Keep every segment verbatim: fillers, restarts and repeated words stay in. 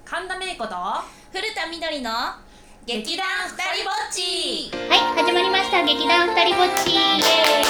神田芽衣子と古田みどりの劇団ふたりぼっち。 はい、始まりました劇団ふたりぼっち。イエーイ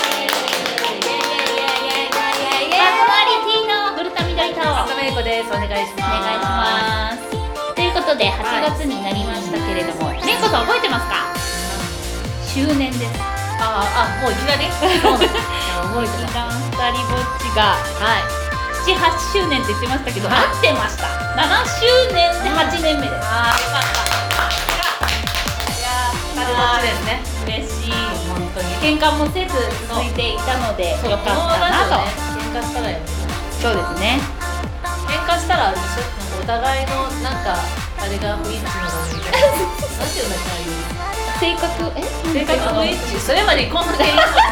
パーソナリティの古田みどりと神田芽衣子です。お願いします。 お願いします。ということではちがつになりましたけれども、めいこさん覚えてますか？周年です。 ああ、もういきなりそうなんです。覚えて劇ます。 団ふたりぼっちがはい。 なな、はちしゅうねんって言ってましたけど、 はい合ってました。ななしゅうねんではちねんめです。 ああ、よかった。いやー、ふたりぼっちですね。 嬉しい。 本当に。 喧嘩もせず続いていたのでよかったなと。 喧嘩したらよ。 そうですね。 喧嘩したらあれでしょ。なんかお互いのなんかあれが不一致のが多いみたいな。なんていうんだっけああいう。 性格え性格不一致。それまでこんなに。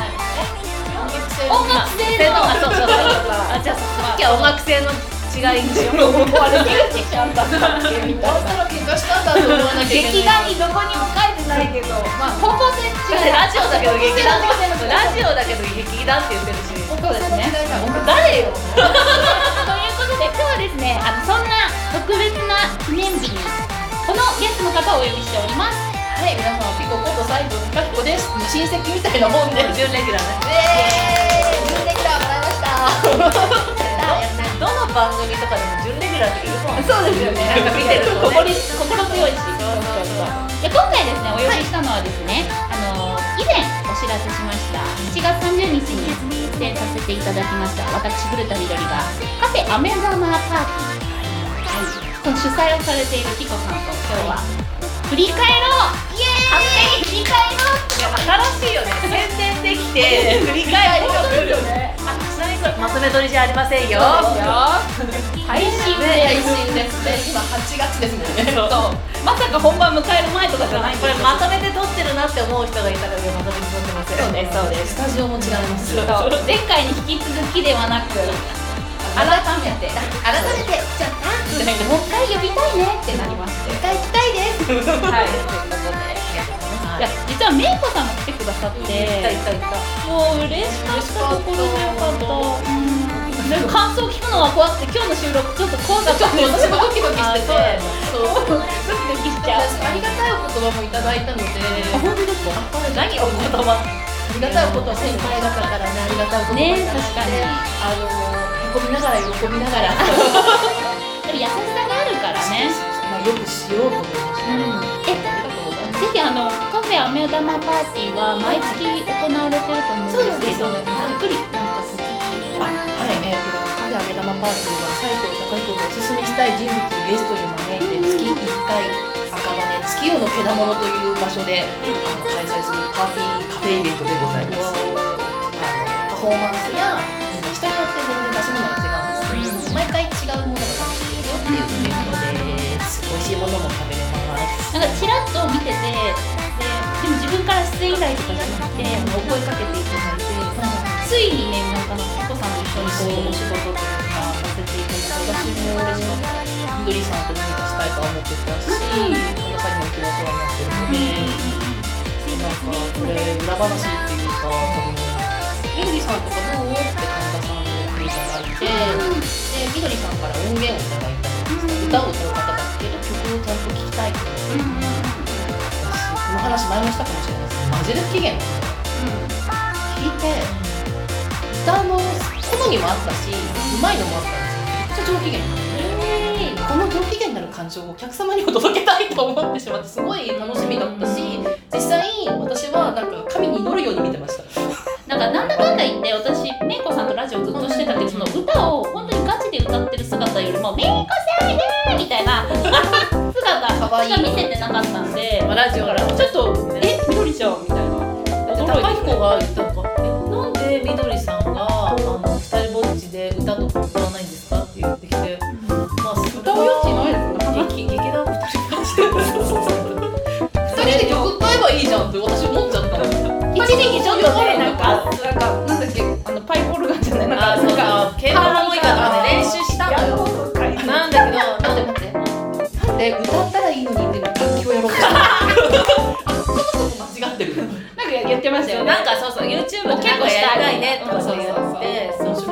音楽性のあ、そうそうそう。あ、じゃあさっきは音楽性の違いにしよう。 もうあれミュージシャンだったっけみたいな。 喧嘩したんだと思わなきゃいけない。 劇団にどこにも書いてないけど、まあ方向性違う。 ラジオだけど劇団方向性のラジオだけど劇団って言ってるし。 そうですね。 誰よ。 ということで今日はですね、あのそんな特別な記念日にこのゲストの方をお呼びしております。 はい、皆さん、ピコこと斉藤美香子です。親戚みたいなもんで。 準レギュラーね。 えー、準レギュラーもらいました。 どの番組とかでも準レギュラーっているもん。 そうですよね。 なんか見てると心ね。 心強いし。で今回ですね、お呼びしたのはですね、あの以前お知らせしましたしちがつさんじゅうにちに出演させていただきました私古田みどりがカフェアメザマーパーティー、はい、その主催をされているピコさんと今日は振り返ろうイエーイ振り返ろう新しいよね。宣伝できて振り返りが来るよね。あ、ちなみにこれまとめ撮りじゃありませんよ。 配信ね、配で信ですね。今はちがつですもんね。 そうまさか本番迎える前とかじゃないんですよ。 これまとめて撮ってるなって思う人がいたらまとめて撮ってますよね。 そうですスタジオも違います。 そう前回に引き続きではなく改めて改めて、じゃあ、 もう一回呼びたいねってなりまして一回行きたいです。 はいということでいや実はめいこさんも来てくださっていたいたいた。 もう嬉しかった心強かったうんでも感想聞くのは怖くて今日の収録ちょっと怖かったんです私もドキドキしてて、 そうドキドキしちゃうありがたいお言葉もいただいたので、 あ本当ですか何お言葉。 ありがたいお言葉、先輩方からね、ありがたいお言葉いただいて、 ね確かにあのー、喜びながら喜びながら、 でも優しさがあるからねまあよくしようと思いました。 えありがとうございます。 ぜひあのカフェアメ玉パーティーは毎月行われてると思うんですけど、 そうですねざっくりなんかあはい、えーと、カフェアメ玉パーティーは斉藤孝彦がおすすめしたい人物をゲストに招いて月いっかい赤羽月夜のけだものという場所であの開催するパーティーカフェイベントでございます。あのパフォーマンスや人によって全然出し物が違うんですけど、毎回違うものが楽しめるよっていうイベントです。美味しいものも食べれます。 なんかちらっと見ててで、でも自分から出演依頼とかじゃなくてお声かけていただいて、ついにねなんかピコさんと一緒にこうお仕事というかさせていただいて、私も嬉しかったです。 みどりさんと何かしたいとは思ってたし、その中にも気がそうになってるので、なんかこれ裏話っていうか、みどりさんとかどうって神田さんに言っていただいて、でみどりさんから音源をいただいたんですけど、歌を歌う方だけど曲をちゃんと聴きたいと思って、私この話前もしたかもしれないですけど、マジで不機嫌なんですよ。聞いて歌の好みもあったし、うまいのもあったんですよ。めっちゃ上機嫌なんです。この上機嫌になる感情をお客様にも届けたいと思ってしまってすごい楽しみだったし、実際私はなんか神に祈るように見てました。 なんかなんだかんだ言って私めいこさんとラジオずっとしてたけど、その歌を本当にガチで歌ってる姿よりもめいこさんねーみたいな姿しか見せてなかったんで、 ラジオからちょっとえみどりちゃんみたいな高彦が言ったのか、えなんでみどりさんがあのふたりぼっちで歌とか歌わないんですかって言ってきて、まあ歌う余地ないですか劇劇団ふたりぼっちでふたりで曲歌えばいいじゃんって私思っちゃったの。 一時期ちょっとねなんかなんかなんだっけあのパイプオルガンじゃないなんかあ、そうか、鍵盤ハーモニカとかね練習したのよ。なんだけど、 なんで待ってなんで歌ったらいいのにっていう楽器をやろうとしたの。そもそも間違ってる。 なんか言ってましたよね。 なんかそうそう YouTube でなんかやりたいねとかそう言って、 面白そう。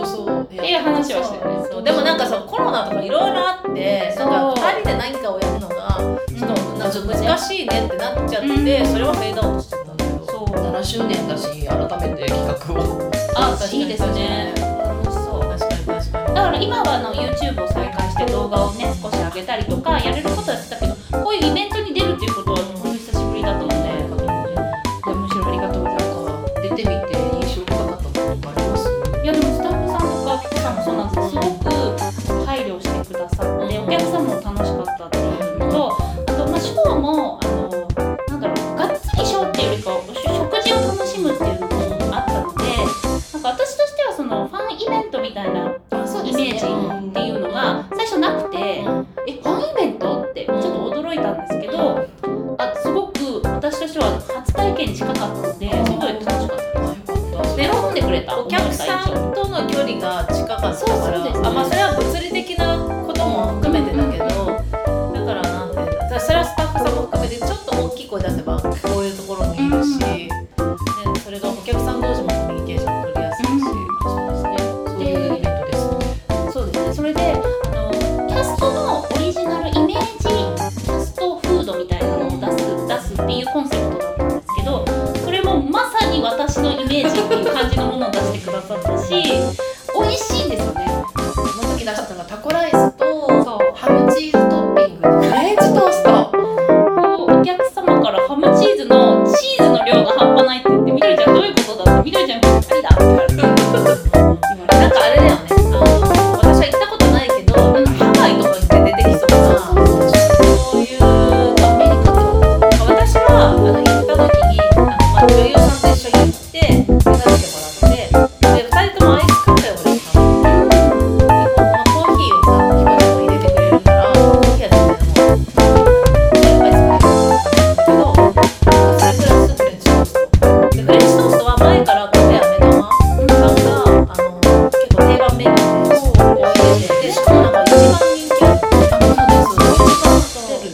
っていう話をしてるんです。 そうでもなんかそうコロナとかいろいろあってそうなんかふたりで何かをやるのがちょっとなんか難しいねってなっちゃって、うん、それはフェードアウトしちゃったんだけど、 そうななしゅうねんだし改めて企画をあいいですね。楽しそう。 確かに確かに。 だから今はあの YouTube を再開して動画をね少し上げたりとかやれることはやってたけど、こういうイベントに出るっていうことは本当に久しぶりだと思うので、むしろありがとうございます。 出てみて印象深かったことあります？ いやでもスタッフさんとかピコさんもそうなんですけど、すごく配慮してくださって、お客さんも楽しかったっていうのと、あとまあショーもあのなんだろう、がっつりショーっていうよりか食事を楽しむっていうのもあったので、なんか私としてはそのファンイベントみたいなイメージっていうのが最初なくて、えファンイベントってちょっと驚いたんですけど、あすごく私としては初体験に近かったので、すごい楽しかったです。喜んでくれた。 お客さんとの距離が近かったから、 そうそうですね、 あまあそれは物理的なことも含めてだけど、だからなんていうんだ、それはスタッフさんも含めてちょっと大きい声出せばこういうところにいるし、ね、それがお客さん同士もコミュニケーション取りやすいし、そうですね、そういうイベントですね。 そうですね。それであのキャストのオリジナルイメージキャストフードみたいなのを出す出すっていうコンセプトだったんですけど、それもまさに私のイメージっていう感じのものを出してくださったし、美味しいんですよね。 その時出したのがタコライスとハムチーズトッピングのフレンチトースト。 お客様からハムチーズのチーズの量が半端ないって言って、みどりちゃんどういうことだって、みどりちゃんぴったりだって言われてなんかあれだよね、あの私は行ったことないけど、なんかハワイとかに出てきそうな、そういうアメリカって私はあの行った時にあの、まあ、女優さんと一緒に行って手伝ってもらって、でふたりともアイスカフェを俺に頼んで、で、まあ、コーヒーをさひこちゃんも入れてくれるから、コーヒーは全然もうでアイスカフェを頼んだけど、それプラスフレンチトーストで、フレンチトーストは前からカフェやめ玉さんがあの結構定番メニューで置いてて、でしかもなんか一番人気ある、あそうです、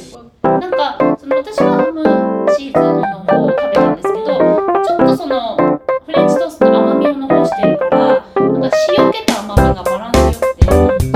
一番なんかその私はハムチーズの方を食べたんですけど、ちょっとそのフレンチトースト甘みを残してるから、なんか塩気と甘みがバランスよくて、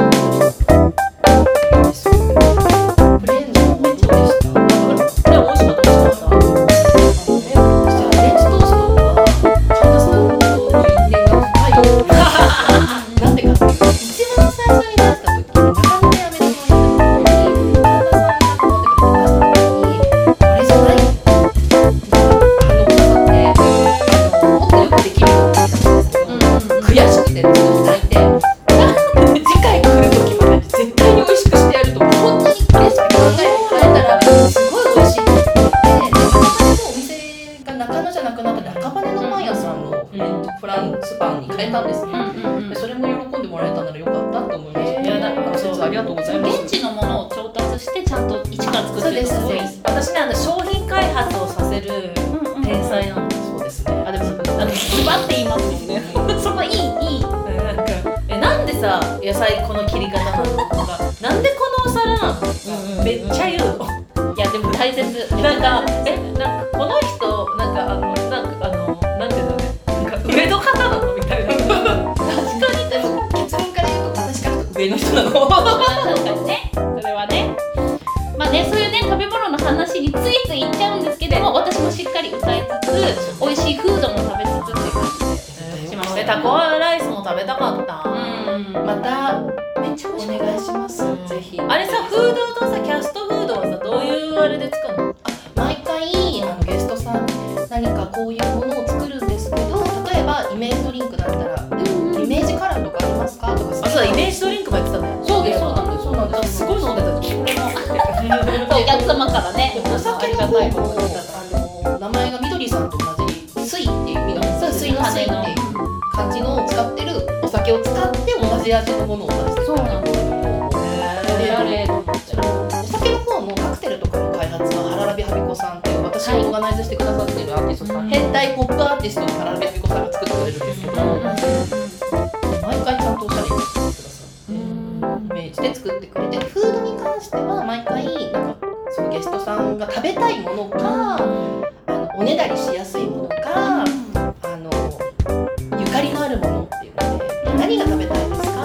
フレンチもめっちゃ美味しかった。 でも美味しかった美味しかった。 フレンチトーストは神田さんとの因縁が深い。なんでかっていうと、一番最初に出した時に中野でアメリカをやった時に神田さんが頼んでくれて出した時にこれじゃないみたいな反応くださって、もっとよくできるよって言ったんですけど、悔しくてずっと泣いて、次回来る時までに絶対に美味しくしてやると本当にレシピ考えて変えたらすごい美味しいって言って、中羽のお店が中野じゃなくなって中羽のパン屋さんのフレンチフランスパンに変えたんですね。でそれも喜んでもらえたならよかったと思いました。 いやなんかアクセスありがとうございます。 現地のものを調達してちゃんと一から作ってるのがすごい。 私ねあの商品開発をさせる天才なの。 そうですね。 あでもあのズバって言いますもんね。そこいいいい。 なんかえなんでさ野菜この切り方なのとか、なんでこのお皿なのとか、めっちゃ言うの。 いやでも大切。 なんかえなんかこの人なんかあのなんかあのなんていうんだろうね、なんか上の方なのみたいな。 確かにでも結論から言うと私からと上の人なの。 確かにね。それはね。まあね、そういうね食べ物の話についつい言っちゃうんですけども、私もしっかり歌いつつ美味しいフードも食べつつっていう感じでしましたえよ。 タコライスも食べたかった。 うん。 まためっちゃ美味しおかった。 願いします。ぜひ。 あれさフードとさキャストフードはさどういうあれで使うの？ 毎回あのゲストさん何かこういうものを作るんですけど、例えばイメージドリンクだったら、イメージカラーとかありますかとか。 あそうだイメージドリンクもやってたね。 そうですそうなんですそうなんです。 すごい飲んでた。これもお客様からね。 お酒の方もあの名前がみどりさんと同じ水っていう意味の水の水っていう感じのを使ってるお酒を使って同じ味のものを出してる。 そうなんです。 であれお酒の方のカクテルとかの開発はハララビハビコさんっていう私をオーガナイズしてくださっているアーティストさん、変態ポップアーティストのハララビハビコさんが作ってくれるんですけど、毎回ちゃんとおしゃれに作ってくださってイメージで作ってくれて、フードに関しては毎回なんかそのゲストさんが食べたいものか、あのおねだりしやすいものか、あのゆかりのあるものっていうので、何が食べたいですか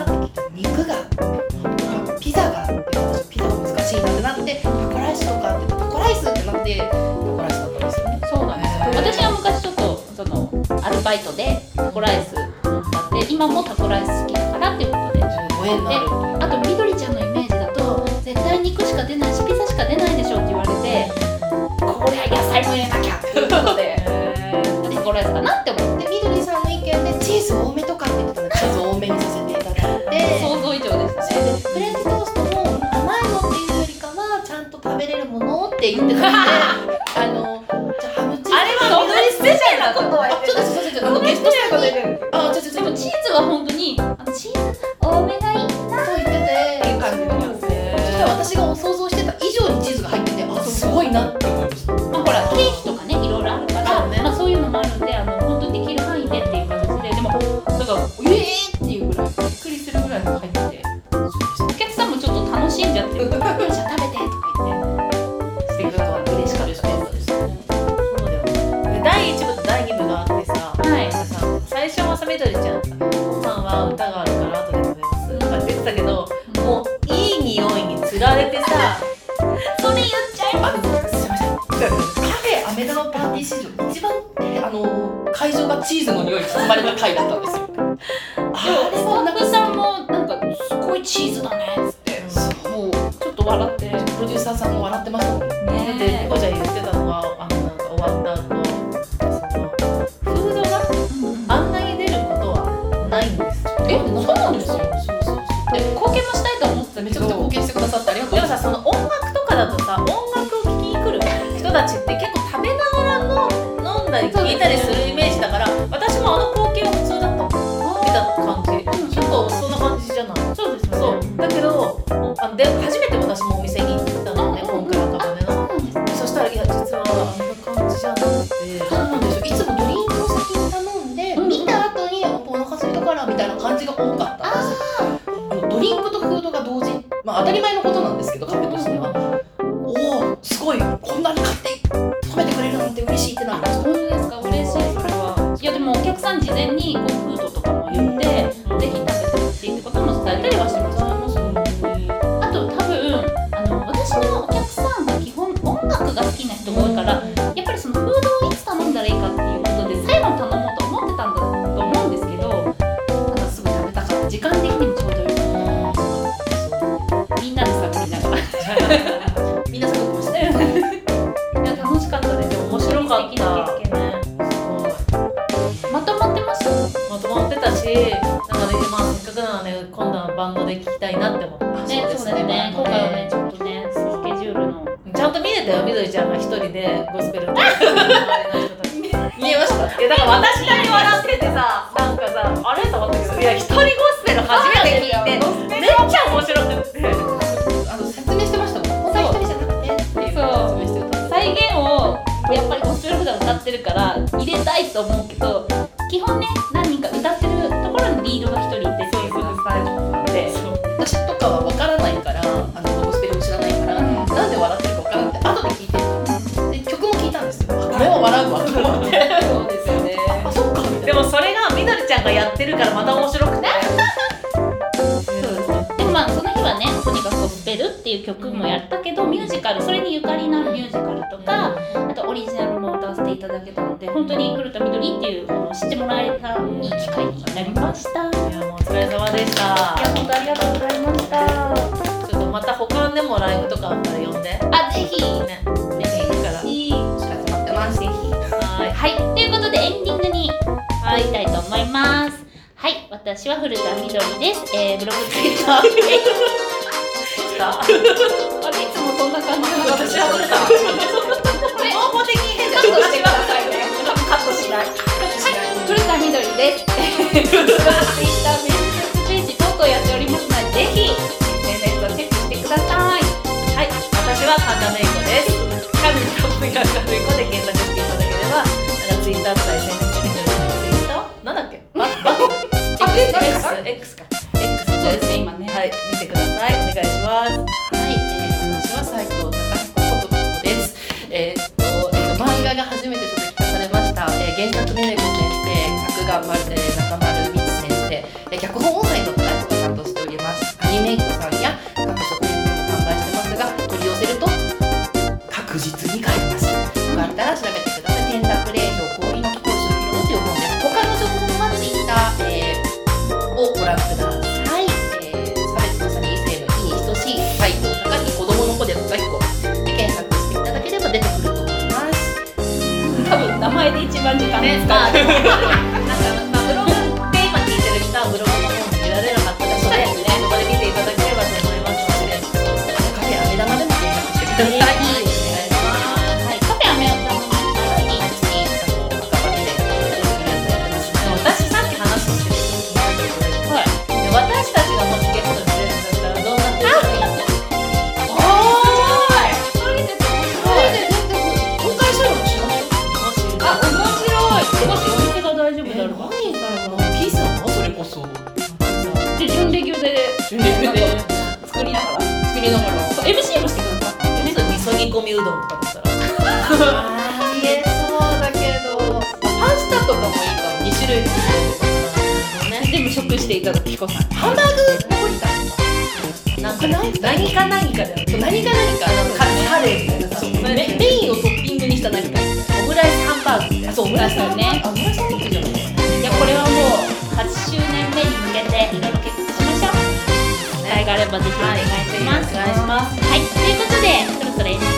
でタコライスとかってタコライスってなってタコライスだったんですよね。 そうなんですよ。私は昔ちょっとそのアルバイトでタコライスだって今もタコライス好きだからっていうことで。 ご縁がある。 あとみどりちゃんのイメージだと絶対肉しか出ないしピザしか出ないでしょって言われて、これは野菜も入れなきゃっていうことでタコライスかなって思って。 でみどりさんの意見でチーズ多めとかって言ってたのでチーズ多めにさせていただいて、 想像以上でしたそれね。 でフレンチトーストも甘いのっていうよりかはちゃんと食べれるものって言ってたのであのじゃあハムチーズあれはみどりスペシャルなことはあちょっとすいませんちょっとあのゲストさんにあちょっとちでょっともチーズは本当にあのチーズ多めがいいなそう言ってていい感じになってそしたら私が想像してた以上にチーズが入っててあすごいなって思いました。 まあ、ほらケーキとかねいろいろあるからそうねまあ、そういうのもあるんであの本当にできる範囲でっていう形ででもだからえーっていうぐらいびっくりするぐらい入っててお客さんもちょっと楽しんじゃってるじゃあ食べてとか言ってしてくれたら嬉しかったです。そうだよね。でだいいち部とだいに部があってさ、 はいなんかさ最初はさみどりちゃんさご飯は歌があるから後で食べますとかって言ってたけど、もういい匂いにつられてさそれ言っちゃいまあのすいませんカフェアメ玉パーティー史上一番あの会場がチーズの匂いに包まれた回だったんですよ。あすれはなんかスタッフさんもなんかすごいチーズだねっつってもうちょっと笑ってプロデューサーさんも笑ってましたもんね。 だってねニコちゃん言ってたのがあのなんか終わった後そのフードがあんなに出ることはないんです。 えそうなんですか。 そうそうそうで貢献もしたいと思ってためけどちゃくちゃ貢献してくださってありがとうでもございます。 さその音楽とかだとさ音楽を聴きに来る人たちって結構食べながらの飲んだり聴いたりするイメージだから私もあの光景は普通だったの見た感じ結構そんな感じじゃないそうですよそうね。 だけどあので初めて私もお店に行ったのね今回の赤羽のそうなんですそしたらいや実はあんな感じじゃなくてそうなんですよ。いつもドリンクを先に頼んで、 うん見た後にやっぱお腹空いたからみたいな感じが多かったんですよ。あのドリンクとフードが同時、まあ当たり前のことなんですけどカフェとしては、おおすごいこんなに買って食べてくれるなんて嬉しいってなりました。 本当ですか。嬉しいそれは。いやでもお客さん事前にこうフードとかも言って、ぜひ食べてほしいってことも伝えたりはしてました。あと多分あの私のお客さんが基本音楽が好きな人が多いから、やっぱりそのフードをいつ頼んだらいいかっていうことで最後に頼もうと思ってたんだと思うんですけど、ただすぐ食べたかった時間的にもちょうどよくみんなで探りながらみんな探ってましたね。 いや楽しかったです。 でも面白かった素敵な経験すまとまってました。 ごいまとまってたしなんかねまあせっかくならね今度はバンドで聴きたいなって思ったね、そうですね。今回はね、ちょっとね、スケジュールの。 ちゃんと見れたよみどりちゃんが一人でゴスペル歌ってる周りの人たち見えました。 いやだから私なりに笑っててさなんかさあれと思ったけどいや一人ゴスペル初めて聞いてめっちゃ面白くってあの説明してましたもん。本当は一人じゃなくてっていう説明してた。 再現を、やっぱりゴスペル普段歌ってるから、入れたいと思うけど、基本ね、何人か歌ってるところにリードが一人いてっていうスタイルなんで。 私とかは分からないから、あのゴスペルを知らないから、 うんなんで笑ってるか分からなくて後で聞いてで曲も聞いたんですよ。あこれは笑うわと思って。 そうですよね。 あそっかみたいな。 でもそれがみどりちゃんがやってるからまた面白くてそうですね。でもまあ、その日はね、とにかくゴスペルっていう曲もやったけど、ミュージカル、それにゆかりのあるミュージカルとか、あとオリジナルも歌わせていただけたので、本当に古田みどりっていうのを知ってもらえたいい機会になりました。いや、 いやもうお疲れ様でした本当ありがとうございました。 ちょっとまた他でもライブとかあったら呼んであ、ぜひ。 ねぜひ行くからぜひ。 お知らせ待ってます。ぜひ。 はいはい、ということでエンディングに入りたいと思います。はい、私は古田みどりです。えー、ブログツイッター。 ああれいつもそんな感じなの私は古田合法的に変だよ私はカットしない古田みどりです。ツイッター、フェイスブックページ等々やっておりますので、ぜひ エスエヌエス をチェックしてください。 はい私は神田芽衣子です神田芽衣子で検索していただければなんかツイッターとか エスエヌエス でツイッターなんだっけババ X か X そうですね、今ね。 はい見てくださいお願いしますはい、えー、私は斉藤貴彦ことです。えーっと、えーっと漫画が初めて書籍化されました。えー、原作めめこ先生、作画ま、えー、中丸光先生、えー、脚本音声のタイプを担当しております。アニメイトさんや各書店でも販売してますが、取り寄せると確実に買います。よかったら調べてください。天楽霊場氷のところする広という本です。他の情報は Twitter、えー、をご覧ください。えー、差別の差に異性の異に等しい斎藤隆彦、子供の子で高彦で検索していただければ出てくると思います。 多分名前で一番時間ね、 使う。 まあでもなんか、まあ、ブログで今聞いてる人はブログの方見られなかったので、そこで見ていただければと思いますので、 カフェあめ玉でも検索してください。 いいはい、カフェアメ横の毎日赤羽で私さっき話してるはい。 私たちがもしゲストに出るんだったらどんな風がいいの？一人でそれで全然公開収録しましょう。 あ、面白い。少しお店が大丈夫だろうか。 何だろうな、ピザそれこそで、準レギュで準レギュで作りながら。 作りながらそう エムシー もしてくださったんでね。 味噌煮込みうどんとかだったらあー言えそうだけどパスタとかもいいかも。に種類作って全部食していただく彦さん。 ハンバーグナポリタンなんか何か何かだよそう何か何かカカレーみたいなさ、 そうメメインをトッピングにした何かオムライスハンバーグみたいな。 そうオムライスそうねあオムライスハンバーグじゃないいや、これはもうはちしゅうねんめに向けていろいろ結果しましょう。機会があればぜひお願いします。 お願いします。 はい、ということでそろそろエンディング